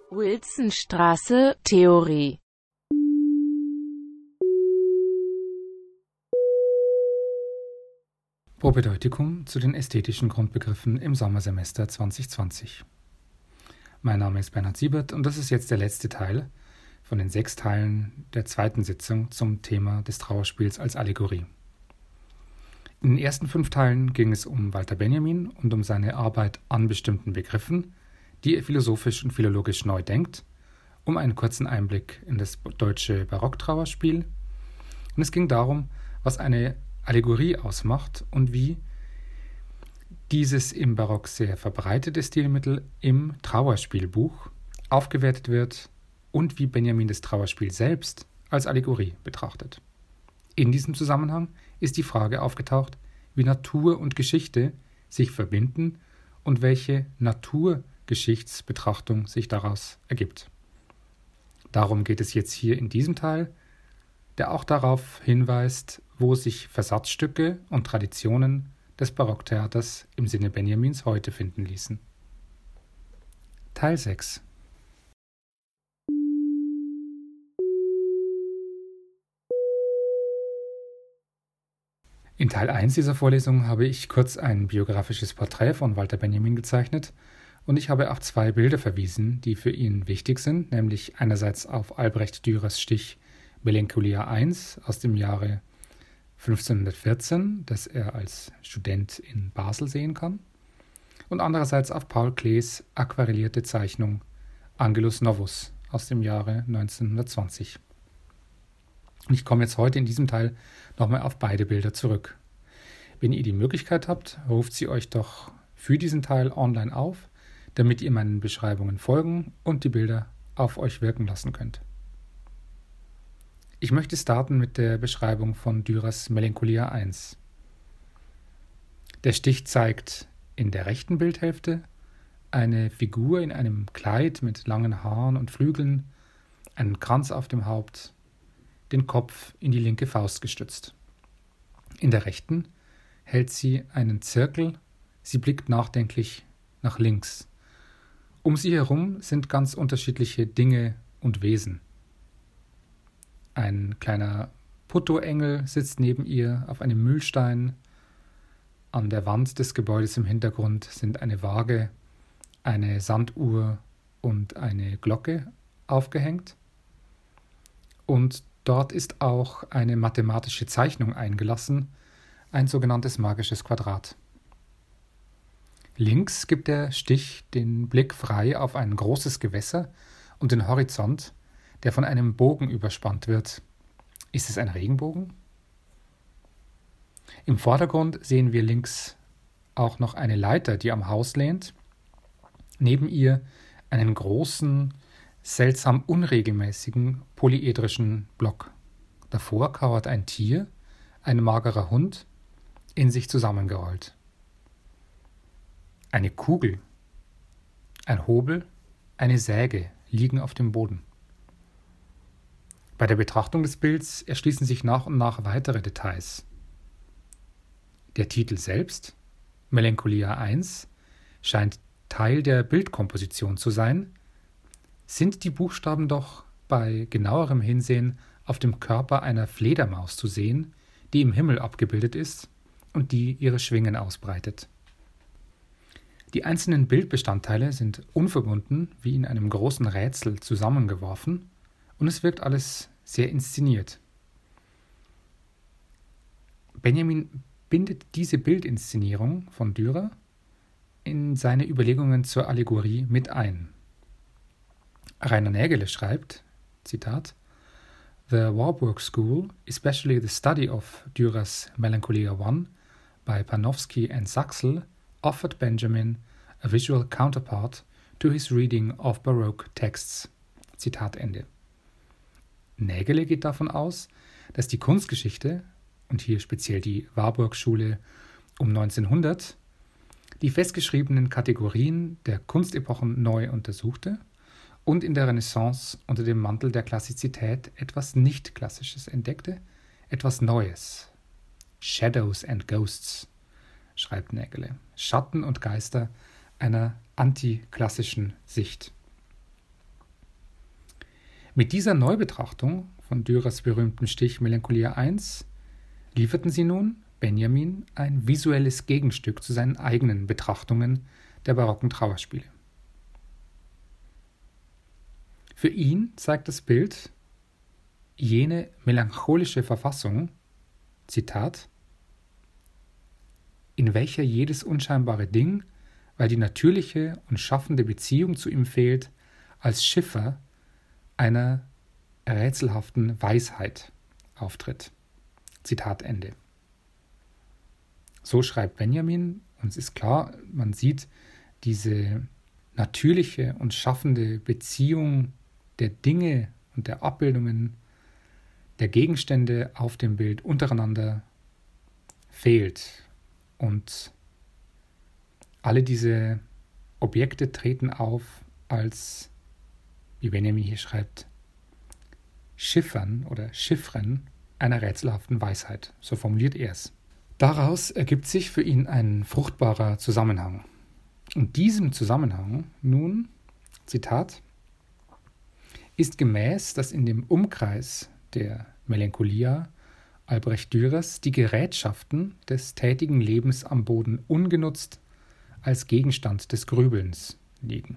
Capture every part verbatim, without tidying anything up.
Wilsonstraße, Theorie. Propedeutikum zu den ästhetischen Grundbegriffen im Sommersemester zwanzig zwanzig. Mein Name ist Bernhard Siebert und das ist jetzt der letzte Teil von den sechs Teilen der zweiten Sitzung zum Thema des Trauerspiels als Allegorie. In den ersten fünf Teilen ging es um Walter Benjamin und um seine Arbeit an bestimmten Begriffen, die er philosophisch und philologisch neu denkt, um einen kurzen Einblick in das deutsche Barocktrauerspiel. Und es ging darum, was eine Allegorie ausmacht und wie dieses im Barock sehr verbreitete Stilmittel im Trauerspielbuch aufgewertet wird und wie Benjamin das Trauerspiel selbst als Allegorie betrachtet. In diesem Zusammenhang ist die Frage aufgetaucht, wie Natur und Geschichte sich verbinden und welche Naturgeschichtsbetrachtung sich daraus ergibt. Darum geht es jetzt hier in diesem Teil, der auch darauf hinweist, wo sich Versatzstücke und Traditionen des Barocktheaters im Sinne Benjamins heute finden ließen. Teil sechs. In Teil eins dieser Vorlesung habe ich kurz ein biografisches Porträt von Walter Benjamin gezeichnet und ich habe auf zwei Bilder verwiesen, die für ihn wichtig sind, nämlich einerseits auf Albrecht Dürers Stich Melancholia eins aus dem Jahre fünfzehnhundertvierzehn, das er als Student in Basel sehen kann, und andererseits auf Paul Klees aquarellierte Zeichnung Angelus Novus aus dem Jahre neunzehnhundertzwanzig. Und ich komme jetzt heute in diesem Teil nochmal auf beide Bilder zurück. Wenn ihr die Möglichkeit habt, ruft sie euch doch für diesen Teil online auf, damit ihr meinen Beschreibungen folgen und die Bilder auf euch wirken lassen könnt. Ich möchte starten mit der Beschreibung von Dürers Melancholia eins. Der Stich zeigt in der rechten Bildhälfte eine Figur in einem Kleid mit langen Haaren und Flügeln, einen Kranz auf dem Haupt, den Kopf in die linke Faust gestützt. In der rechten hält sie einen Zirkel, sie blickt nachdenklich nach links. Um sie herum sind ganz unterschiedliche Dinge und Wesen. Ein kleiner Putto-Engel sitzt neben ihr auf einem Mühlstein. An der Wand des Gebäudes im Hintergrund sind eine Waage, eine Sanduhr und eine Glocke aufgehängt. Und dort ist auch eine mathematische Zeichnung eingelassen, ein sogenanntes magisches Quadrat. Links gibt der Stich den Blick frei auf ein großes Gewässer und den Horizont, der von einem Bogen überspannt wird. Ist es ein Regenbogen? Im Vordergrund sehen wir links auch noch eine Leiter, die am Haus lehnt. Neben ihr einen großen, seltsam unregelmäßigen polyedrischen Block. Davor kauert ein Tier, ein magerer Hund, in sich zusammengerollt. Eine Kugel, ein Hobel, eine Säge liegen auf dem Boden. Bei der Betrachtung des Bilds erschließen sich nach und nach weitere Details. Der Titel selbst, Melancholia eins, scheint Teil der Bildkomposition zu sein, sind die Buchstaben doch bei genauerem Hinsehen auf dem Körper einer Fledermaus zu sehen, die im Himmel abgebildet ist und die ihre Schwingen ausbreitet. Die einzelnen Bildbestandteile sind unverbunden, wie in einem großen Rätsel zusammengeworfen, und es wirkt alles sehr inszeniert. Benjamin bindet diese Bildinszenierung von Dürer in seine Überlegungen zur Allegorie mit ein. Rainer Nägele schreibt, Zitat, The Warburg School, especially the study of Dürer's Melancholia one by Panofsky and Saxel, offered Benjamin a visual counterpart to his reading of Baroque texts. Zitat Ende. Nägele geht davon aus, dass die Kunstgeschichte, und hier speziell die Warburg-Schule um neunzehnhundert, die festgeschriebenen Kategorien der Kunstepochen neu untersuchte und in der Renaissance unter dem Mantel der Klassizität etwas Nicht-Klassisches entdeckte, etwas Neues. Shadows and Ghosts, schreibt Nägele. Schatten und Geister einer antiklassischen Sicht. Mit dieser Neubetrachtung von Dürers berühmtem Stich Melancholia eins lieferten sie nun Benjamin ein visuelles Gegenstück zu seinen eigenen Betrachtungen der barocken Trauerspiele. Für ihn zeigt das Bild jene melancholische Verfassung, Zitat, in welcher jedes unscheinbare Ding, weil die natürliche und schaffende Beziehung zu ihm fehlt, als Schiffer einer rätselhaften Weisheit auftritt. Zitat Ende. So schreibt Benjamin, und es ist klar, man sieht diese natürliche und schaffende Beziehung der Dinge und der Abbildungen, der Gegenstände auf dem Bild untereinander fehlt. Und alle diese Objekte treten auf als, wie Benjamin hier schreibt, Schiffern oder Chiffren einer rätselhaften Weisheit. So formuliert er es. Daraus ergibt sich für ihn ein fruchtbarer Zusammenhang. Und diesem Zusammenhang nun, Zitat, ist gemäß, dass in dem Umkreis der Melancholia Albrecht Dürers die Gerätschaften des tätigen Lebens am Boden ungenutzt als Gegenstand des Grübelns liegen.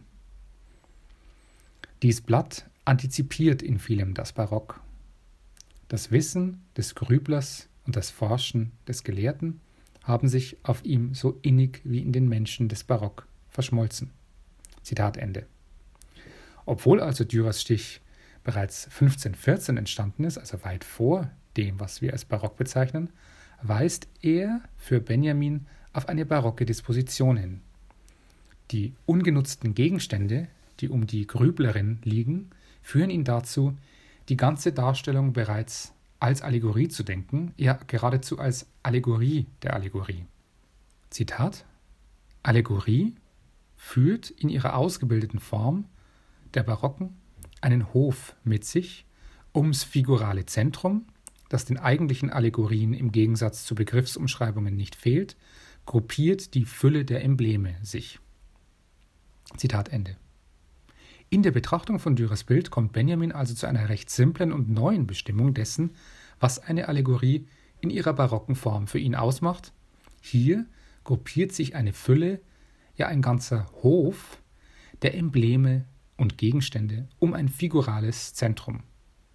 Dies Blatt antizipiert in vielem das Barock. Das Wissen des Grüblers und das Forschen des Gelehrten haben sich auf ihm so innig wie in den Menschen des Barock verschmolzen. Zitat Ende. Obwohl also Dürers Stich bereits fünfzehnhundertvierzehn entstanden ist, also weit vor dem, was wir als Barock bezeichnen, weist er für Benjamin auf eine barocke Disposition hin. Die ungenutzten Gegenstände, die um die Grüblerin liegen, führen ihn dazu, die ganze Darstellung bereits als Allegorie zu denken, ja geradezu als Allegorie der Allegorie. Zitat: Allegorie führt in ihrer ausgebildeten Form der Barocken einen Hof mit sich ums figurale Zentrum, das den eigentlichen Allegorien im Gegensatz zu Begriffsumschreibungen nicht fehlt, gruppiert die Fülle der Embleme sich. Zitat Ende. In der Betrachtung von Dürers Bild kommt Benjamin also zu einer recht simplen und neuen Bestimmung dessen, was eine Allegorie in ihrer barocken Form für ihn ausmacht. Hier gruppiert sich eine Fülle, ja ein ganzer Hof der Embleme und Gegenstände um ein figurales Zentrum.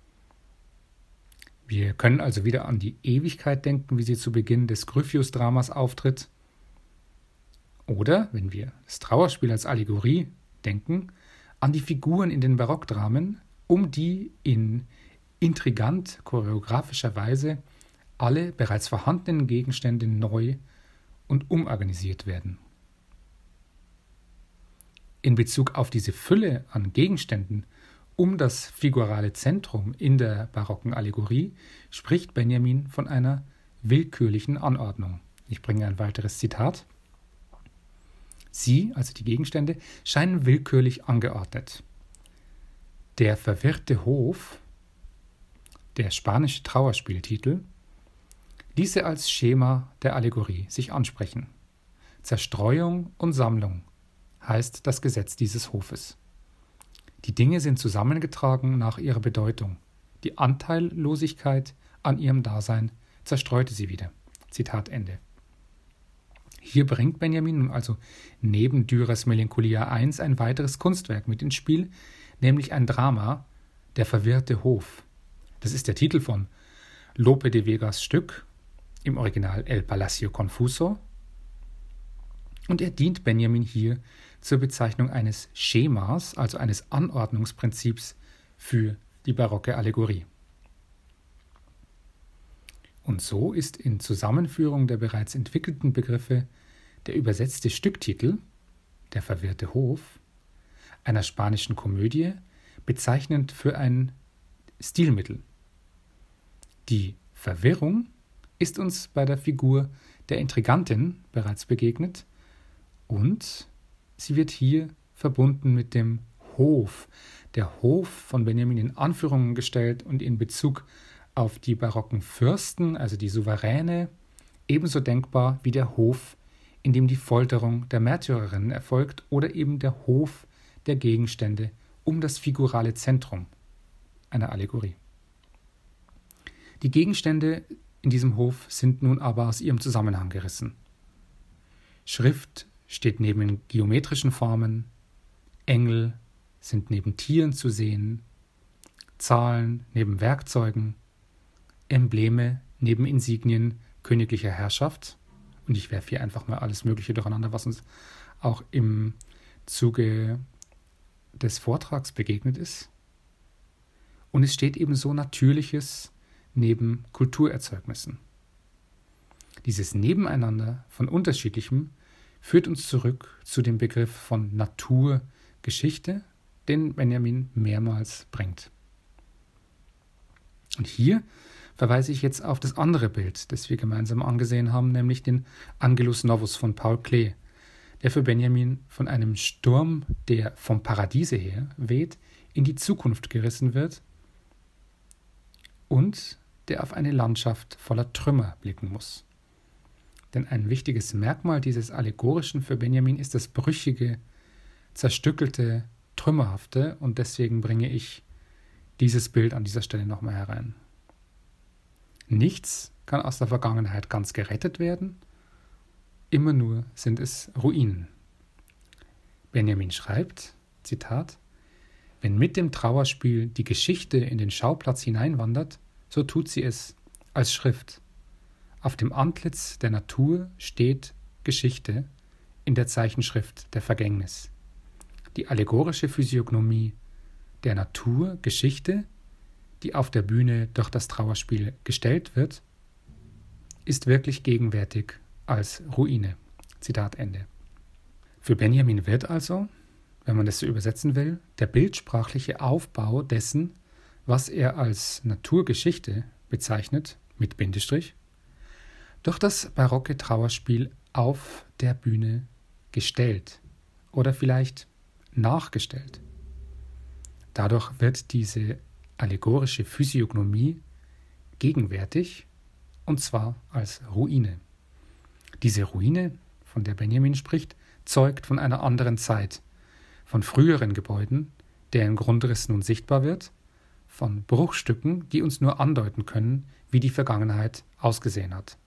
Wir können also wieder an die Ewigkeit denken, wie sie zu Beginn des Gryphius-Dramas auftritt. Oder, wenn wir das Trauerspiel als Allegorie denken, an die Figuren in den Barockdramen, um die in intrigant choreografischer Weise alle bereits vorhandenen Gegenstände neu und umorganisiert werden. In Bezug auf diese Fülle an Gegenständen um das figurale Zentrum in der barocken Allegorie spricht Benjamin von einer willkürlichen Anordnung. Ich bringe ein weiteres Zitat. Sie, also die Gegenstände, scheinen willkürlich angeordnet. Der verwirrte Hof, der spanische Trauerspieltitel, ließe als Schema der Allegorie sich ansprechen. Zerstreuung und Sammlung heißt das Gesetz dieses Hofes. Die Dinge sind zusammengetragen nach ihrer Bedeutung. Die Anteillosigkeit an ihrem Dasein zerstreute sie wieder. Zitat Ende. Hier bringt Benjamin nun also neben Dürers Melancholia eins ein weiteres Kunstwerk mit ins Spiel, nämlich ein Drama, Der verwirrte Hof. Das ist der Titel von Lope de Vegas Stück, im Original El Palacio Confuso. Und er dient Benjamin hier zur Bezeichnung eines Schemas, also eines Anordnungsprinzips für die barocke Allegorie. Und so ist in Zusammenführung der bereits entwickelten Begriffe der übersetzte Stücktitel, Der verwirrte Hof, einer spanischen Komödie, bezeichnend für ein Stilmittel. Die Verwirrung ist uns bei der Figur der Intrigantin bereits begegnet und sie wird hier verbunden mit dem Hof. Der Hof von Benjamin in Anführungen gestellt und in Bezug auf die barocken Fürsten, also die Souveräne, ebenso denkbar wie der Hof, in dem die Folterung der Märtyrerinnen erfolgt, oder eben der Hof der Gegenstände um das figurale Zentrum. einer Allegorie. Die Gegenstände in diesem Hof sind nun aber aus ihrem Zusammenhang gerissen. Schrift steht neben geometrischen Formen, Engel sind neben Tieren zu sehen, Zahlen neben Werkzeugen, Embleme neben Insignien königlicher Herrschaft. Und ich werfe hier einfach mal alles Mögliche durcheinander, was uns auch im Zuge des Vortrags begegnet ist. Und es steht eben so Natürliches neben Kulturerzeugnissen. Dieses Nebeneinander von Unterschiedlichem führt uns zurück zu dem Begriff von Naturgeschichte, den Benjamin mehrmals bringt. Und hier verweise ich jetzt auf das andere Bild, das wir gemeinsam angesehen haben, nämlich den Angelus Novus von Paul Klee, der für Benjamin von einem Sturm, der vom Paradiese her weht, in die Zukunft gerissen wird und der auf eine Landschaft voller Trümmer blicken muss. Denn ein wichtiges Merkmal dieses Allegorischen für Benjamin ist das brüchige, zerstückelte, trümmerhafte, und deswegen bringe ich dieses Bild an dieser Stelle nochmal herein. Nichts kann aus der Vergangenheit ganz gerettet werden, immer nur sind es Ruinen. Benjamin schreibt, Zitat, wenn mit dem Trauerspiel die Geschichte in den Schauplatz hineinwandert, so tut sie es als Schrift. Auf dem Antlitz der Natur steht Geschichte in der Zeichenschrift der Vergängnis. Die allegorische Physiognomie der Natur, Geschichte, die auf der Bühne durch das Trauerspiel gestellt wird, ist wirklich gegenwärtig als Ruine. Zitat Ende. Für Benjamin wird also, wenn man das so übersetzen will, der bildsprachliche Aufbau dessen, was er als Naturgeschichte bezeichnet, mit Bindestrich, durch das barocke Trauerspiel auf der Bühne gestellt oder vielleicht nachgestellt. Dadurch wird diese allegorische Physiognomie gegenwärtig, und zwar als Ruine. Diese Ruine, von der Benjamin spricht, zeugt von einer anderen Zeit, von früheren Gebäuden, deren Grundriss nun sichtbar wird, von Bruchstücken, die uns nur andeuten können, wie die Vergangenheit ausgesehen hat.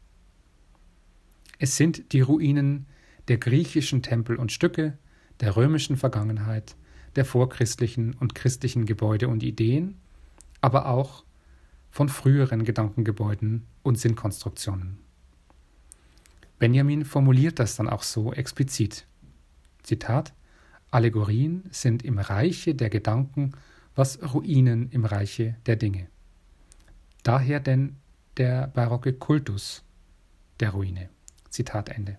Es sind die Ruinen der griechischen Tempel und Stücke, der römischen Vergangenheit, der vorchristlichen und christlichen Gebäude und Ideen, aber auch von früheren Gedankengebäuden und Sinnkonstruktionen. Benjamin formuliert das dann auch so explizit. Zitat: Allegorien sind im Reiche der Gedanken, was Ruinen im Reiche der Dinge. Daher denn der barocke Kultus der Ruine. Zitat Ende.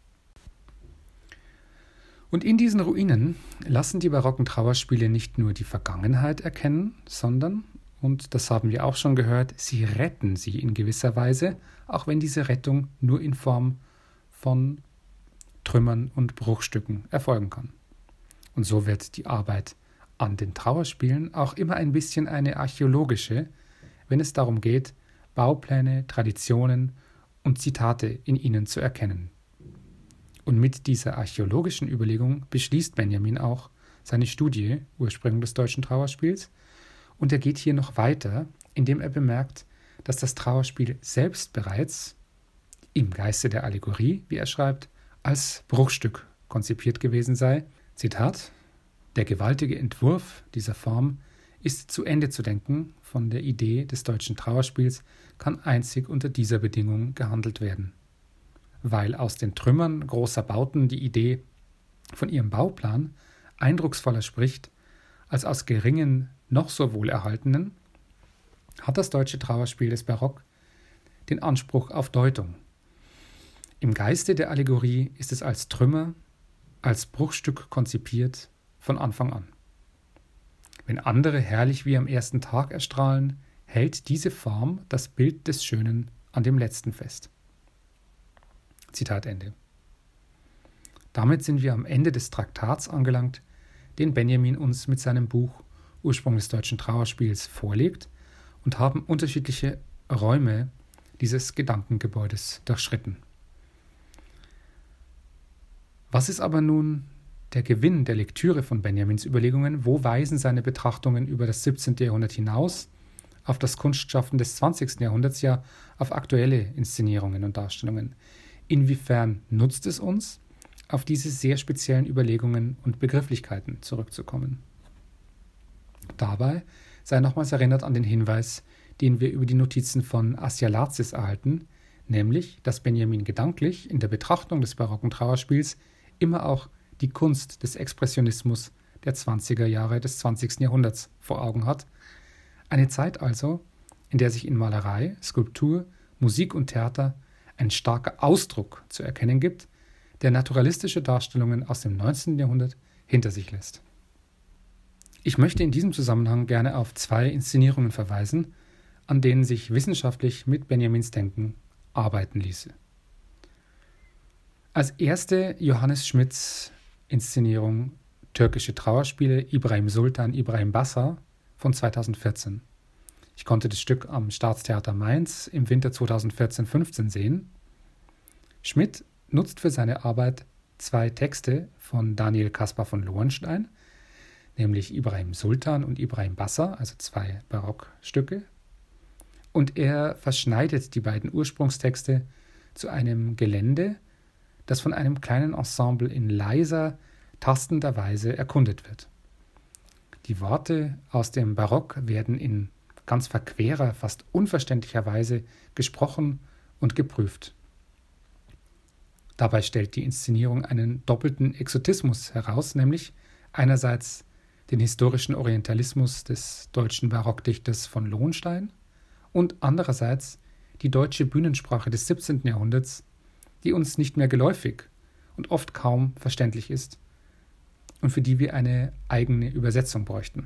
Und in diesen Ruinen lassen die barocken Trauerspiele nicht nur die Vergangenheit erkennen, sondern, und das haben wir auch schon gehört, sie retten sie in gewisser Weise, auch wenn diese Rettung nur in Form von Trümmern und Bruchstücken erfolgen kann. Und so wird die Arbeit an den Trauerspielen auch immer ein bisschen eine archäologische, wenn es darum geht, Baupläne, Traditionen und Zitate in ihnen zu erkennen. Und mit dieser archäologischen Überlegung beschließt Benjamin auch seine Studie Ursprünge des deutschen Trauerspiels, und er geht hier noch weiter, indem er bemerkt, dass das Trauerspiel selbst bereits im Geiste der Allegorie, wie er schreibt, als Bruchstück konzipiert gewesen sei. Zitat: Der gewaltige Entwurf dieser Form ist zu Ende zu denken, von der Idee des deutschen Trauerspiels kann einzig unter dieser Bedingung gehandelt werden. Weil aus den Trümmern großer Bauten die Idee von ihrem Bauplan eindrucksvoller spricht als aus geringen, noch so wohlerhaltenen, hat das deutsche Trauerspiel des Barock den Anspruch auf Deutung. Im Geiste der Allegorie ist es als Trümmer, als Bruchstück konzipiert von Anfang an. Wenn andere herrlich wie am ersten Tag erstrahlen, hält diese Form das Bild des Schönen an dem letzten fest. Zitat Ende. Damit sind wir am Ende des Traktats angelangt, den Benjamin uns mit seinem Buch Ursprung des deutschen Trauerspiels vorlegt, und haben unterschiedliche Räume dieses Gedankengebäudes durchschritten. Was ist aber nun der Gewinn der Lektüre von Benjamins Überlegungen, wo weisen seine Betrachtungen über das siebzehnten. Jahrhundert hinaus auf das Kunstschaffen des zwanzigsten. Jahrhunderts, ja auf aktuelle Inszenierungen und Darstellungen. Inwiefern nutzt es uns, auf diese sehr speziellen Überlegungen und Begrifflichkeiten zurückzukommen? Dabei sei nochmals erinnert an den Hinweis, den wir über die Notizen von Asialazis erhalten, nämlich, dass Benjamin gedanklich in der Betrachtung des barocken Trauerspiels immer auch die Kunst des Expressionismus der zwanziger Jahre des zwanzigsten. Jahrhunderts vor Augen hat. Eine Zeit also, in der sich in Malerei, Skulptur, Musik und Theater ein starker Ausdruck zu erkennen gibt, der naturalistische Darstellungen aus dem neunzehnten. Jahrhundert hinter sich lässt. Ich möchte in diesem Zusammenhang gerne auf zwei Inszenierungen verweisen, an denen sich wissenschaftlich mit Benjamins Denken arbeiten ließe. Als erste Johannes Schmidts Inszenierung Türkische Trauerspiele Ibrahim Sultan, Ibrahim Bassa von zweitausendvierzehn. Ich konnte das Stück am Staatstheater Mainz im Winter zweitausendvierzehn fünfzehn sehen. Schmidt nutzt für seine Arbeit zwei Texte von Daniel Caspar von Lohenstein, nämlich Ibrahim Sultan und Ibrahim Bassa, also zwei Barockstücke. Und er verschneidet die beiden Ursprungstexte zu einem Gelände, das von einem kleinen Ensemble in leiser, tastender Weise erkundet wird. Die Worte aus dem Barock werden in ganz verquerer, fast unverständlicher Weise gesprochen und geprüft. Dabei stellt die Inszenierung einen doppelten Exotismus heraus, nämlich einerseits den historischen Orientalismus des deutschen Barockdichters von Lohenstein und andererseits die deutsche Bühnensprache des siebzehnten. Jahrhunderts, die uns nicht mehr geläufig und oft kaum verständlich ist und für die wir eine eigene Übersetzung bräuchten.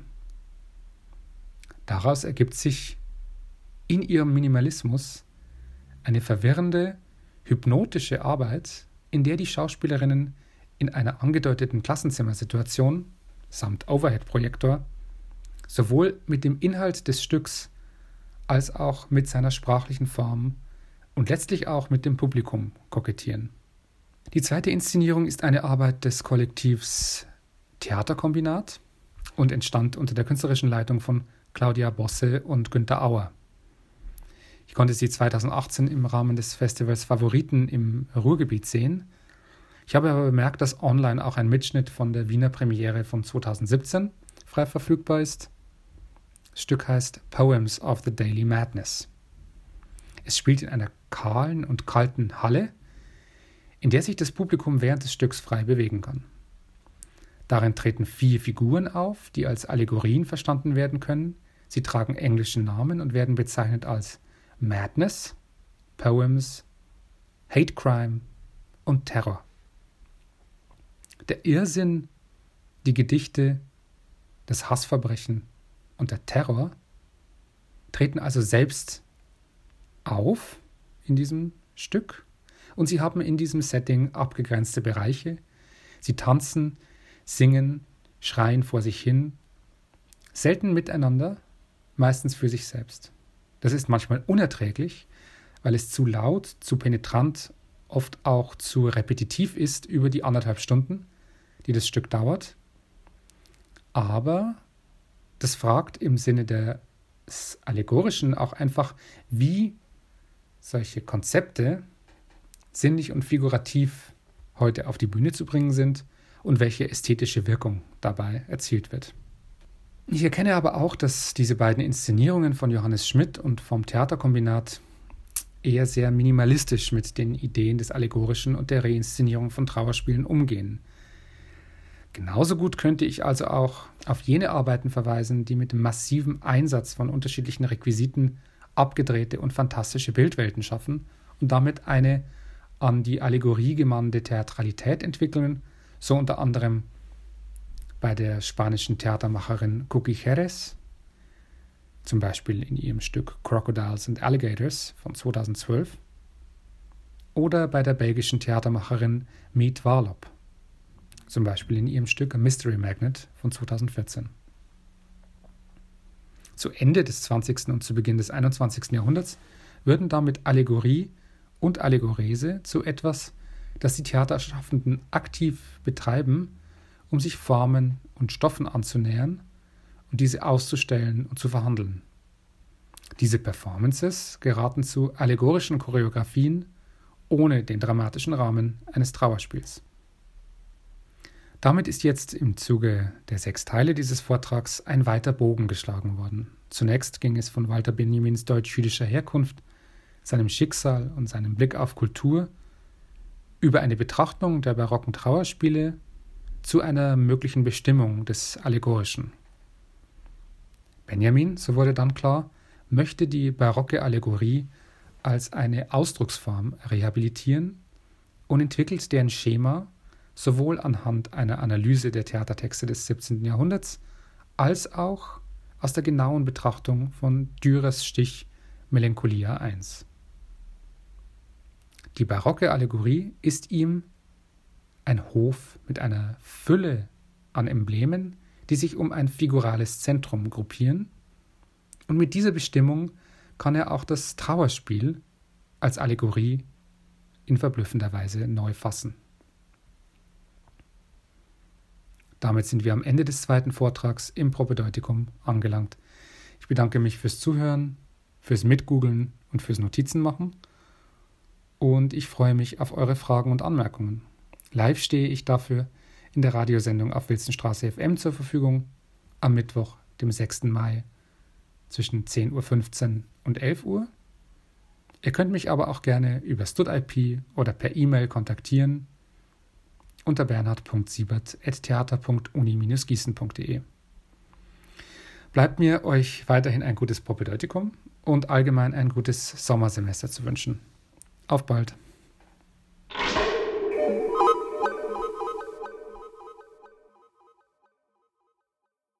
Daraus ergibt sich in ihrem Minimalismus eine verwirrende, hypnotische Arbeit, in der die Schauspielerinnen in einer angedeuteten Klassenzimmersituation samt Overhead-Projektor sowohl mit dem Inhalt des Stücks als auch mit seiner sprachlichen Form und letztlich auch mit dem Publikum kokettieren. Die zweite Inszenierung ist eine Arbeit des Kollektivs Theaterkombinat und entstand unter der künstlerischen Leitung von Claudia Bosse und Günter Auer. Ich konnte sie zweitausendachtzehn im Rahmen des Festivals Favoriten im Ruhrgebiet sehen. Ich habe aber bemerkt, dass online auch ein Mitschnitt von der Wiener Premiere von zweitausendsiebzehn frei verfügbar ist. Das Stück heißt Poems of the Daily Madness. Es spielt in einer kahlen und kalten Halle, in der sich das Publikum während des Stücks frei bewegen kann. Darin treten vier Figuren auf, die als Allegorien verstanden werden können. Sie tragen englische Namen und werden bezeichnet als Madness, Poems, Hate Crime und Terror. Der Irrsinn, die Gedichte, das Hassverbrechen und der Terror treten also selbst auf in diesem Stück und sie haben in diesem Setting abgegrenzte Bereiche. Sie tanzen, singen, schreien vor sich hin, selten miteinander, meistens für sich selbst. Das ist manchmal unerträglich, weil es zu laut, zu penetrant, oft auch zu repetitiv ist über die anderthalb Stunden, die das Stück dauert. Aber das fragt im Sinne des Allegorischen auch einfach, wie solche Konzepte sinnlich und figurativ heute auf die Bühne zu bringen sind und welche ästhetische Wirkung dabei erzielt wird. Ich erkenne aber auch, dass diese beiden Inszenierungen von Johannes Schmidt und vom Theaterkombinat eher sehr minimalistisch mit den Ideen des Allegorischen und der Reinszenierung von Trauerspielen umgehen. Genauso gut könnte ich also auch auf jene Arbeiten verweisen, die mit dem massiven Einsatz von unterschiedlichen Requisiten abgedrehte und fantastische Bildwelten schaffen und damit eine an die Allegorie gemahnte Theatralität entwickeln, so unter anderem bei der spanischen Theatermacherin Cookie Jerez, zum Beispiel in ihrem Stück Crocodiles and Alligators von zweitausendzwölf, oder bei der belgischen Theatermacherin Meet Warlop, zum Beispiel in ihrem Stück A Mystery Magnet von zweitausendvierzehn. Zu Ende des zwanzigsten und zu Beginn des einundzwanzigsten Jahrhunderts würden damit Allegorie und Allegorese zu etwas, das die Theaterschaffenden aktiv betreiben um sich Formen und Stoffen anzunähern und diese auszustellen und zu verhandeln. Diese Performances geraten zu allegorischen Choreografien ohne den dramatischen Rahmen eines Trauerspiels. Damit ist jetzt im Zuge der sechs Teile dieses Vortrags ein weiter Bogen geschlagen worden. Zunächst ging es von Walter Benjamins deutsch-jüdischer Herkunft, seinem Schicksal und seinem Blick auf Kultur über eine Betrachtung der barocken Trauerspiele zu einer möglichen Bestimmung des Allegorischen. Benjamin, so wurde dann klar, möchte die barocke Allegorie als eine Ausdrucksform rehabilitieren und entwickelt deren Schema sowohl anhand einer Analyse der Theatertexte des siebzehnten Jahrhunderts als auch aus der genauen Betrachtung von Dürers Stich Melancholia eins. Die barocke Allegorie ist ihm ein Hof mit einer Fülle an Emblemen, die sich um ein figurales Zentrum gruppieren, und mit dieser Bestimmung kann er auch das Trauerspiel als Allegorie in verblüffender Weise neu fassen. Damit sind wir am Ende des zweiten Vortrags im Propedeutikum angelangt. Ich bedanke mich fürs Zuhören, fürs Mitgoogeln und fürs Notizenmachen und ich freue mich auf eure Fragen und Anmerkungen. Live stehe ich dafür in der Radiosendung auf Wilsonstraße F M zur Verfügung am Mittwoch, dem sechsten Mai zwischen zehn Uhr fünfzehn und elf Uhr. Ihr könnt mich aber auch gerne über StudIP oder per E-Mail kontaktieren unter bernhard punkt siebert at theater punkt uni dash gießen punkt de. Bleibt mir, euch weiterhin ein gutes Propedeutikum und allgemein ein gutes Sommersemester zu wünschen. Auf bald!